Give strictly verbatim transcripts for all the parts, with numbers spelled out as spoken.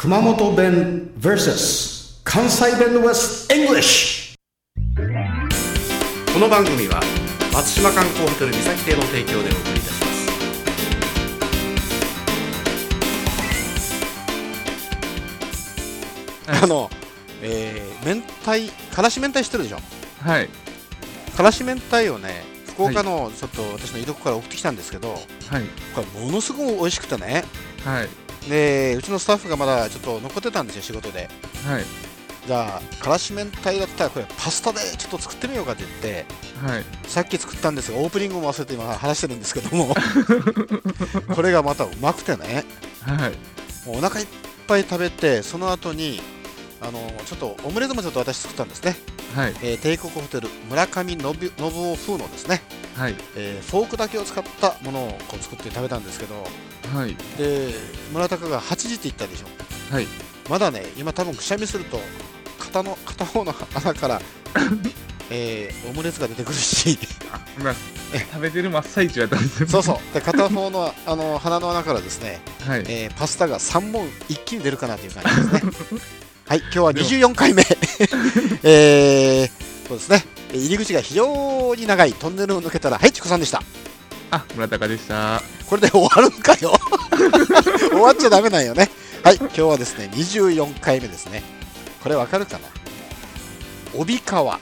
熊本弁 vs 関西弁 with English。 この番組は松島観光ホテル三崎邸の提供でお送りいたします。あの、えー、明太からし明太知ってるでしょ。 はい。 からし明太をね、福岡のちょっと私のいとこから送ってきたんですけど、はい、これものすごく美味しくてね、はい、でうちのスタッフがまだちょっと残ってたんですよ、仕事で。はい、じゃあからし明太だったらこれパスタでちょっと作ってみようかと言って、はい、さっき作ったんですがオープニングも忘れて今話してるんですけどもこれがまたうまくてね、はい、もうお腹いっぱい食べて、その後にあのちょっとオムレツもちょっと私作ったんですね。はい、えー、帝国ホテル村上信信夫風のですね、はい、えー、フォークだけを使ったものをこう作って食べたんですけど、はい、で村高がはちじって言ったでしょ。はい、まだね今多分くしゃみすると片の片方の穴から、えー、オムレツが出てくるし食べてる真っ最中やったんですよ。 そうそうで片方の、あの鼻の穴からですね、はい、えー、パスタがさんぼん一気に出るかなという感じですね。はい、今日はにじゅうよんかいめえー、そうですね、入り口が非常に長いトンネルを抜けたら、はい、チコさんでした。 あ、村高でした。 これで終わるんかよ終わっちゃダメなんよね。はい、今日はですねにじゅうよんかいめですね。これわかるかな。帯川。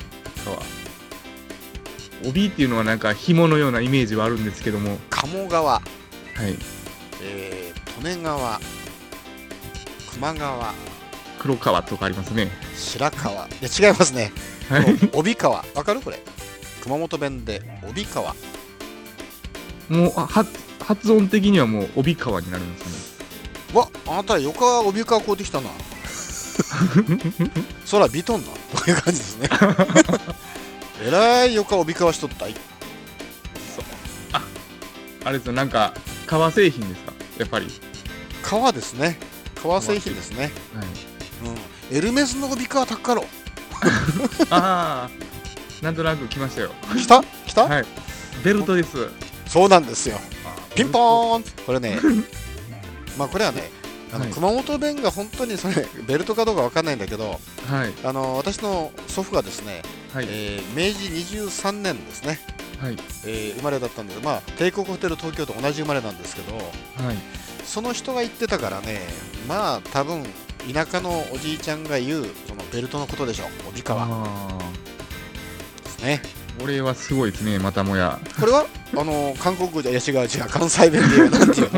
帯っていうのはなんか紐のようなイメージはあるんですけども、 鴨川、はい、 えー、利根川、球磨川、 黒川とかありますね。 白川、いや違いますね。はい、帯川、わかるこれ。熊本弁で帯川。 もうは発音的にはもう帯川になるんですね。 わ、あなたよか帯川買うてきたな。そらビトンなという感じですね。えらいよか帯川しとったい。 そう、あ、あれですよ、なんか革製品ですか、やっぱり。 革ですね。革製品ですね。はい、うん、エルメスの帯川高かろ。 ああ、なんとなく来ましたよ。 来た来た、 はい、ベルトです。 そうなんですよ。ピンポーン。これねまあこれはね、あの、はい、熊本弁が本当にそれベルトかどうかわかんないんだけど、はい、あの私の祖父がですね、はい、えー、めいじにじゅうさんねんですね、はい、えー、生まれだったんです。まあ帝国ホテル東京と同じ生まれなんですけど、はい、その人が言ってたからね、まあ多分田舎のおじいちゃんが言うそのベルトのことでしょう、帯川ですね。 これはすごいですね、またもや。 これはあの韓国語、いや違う違う、関西弁で言うなんていうの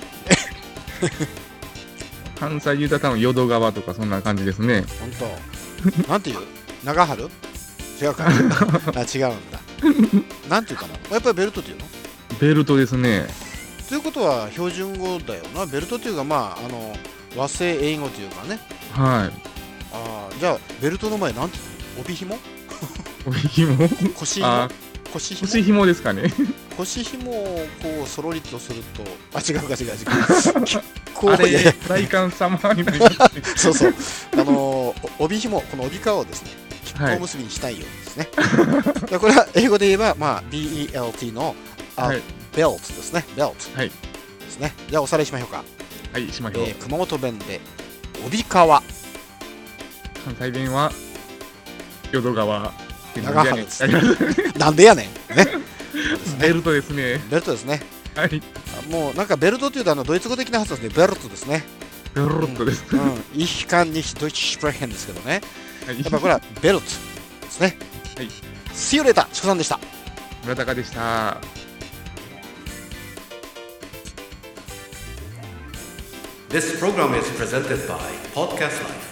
関西で言うたら多分淀川とかそんな感じですね。 本当。なんていう長春違うかなあ、違うんだ。なんていうかな、やっぱりベルトっていうの。 ベルトですね。 ということは標準語だよな。ベルトっていうか、まああの和製英語というかね。はい。ああ、じゃあベルトの前なんていうの、帯紐帯紐腰紐腰紐腰紐ですかね。 腰紐をこうそろりとすると、あ、違うか違う違うこう、 あれ大観様になりますね。 そうそう、あのー、帯紐、この帯革をですね亀甲結びにしたいようですね、はい、これは英語で言えば、まあ、ビーイーエルティー の、はい、ベルトですね。ベルト、はい、ですね。じゃあおさらいしましょうか。 はい、しましょう。 えー、熊本弁で帯川、 関西弁は淀川、 長原です。なんでやねん。ね。 ベルトですね。 ベルトですね。 はい。 もうなんかベルトっていうとあのドイツ語的な発音ですね。ベルトですね。 ベルトです。 うん。Ich kann nicht Deutsch sprechenですけどね。やっぱこれはベルトですね。はい。See you later。チコさんでした。 村高でした。 This program is presented by Podcast Life.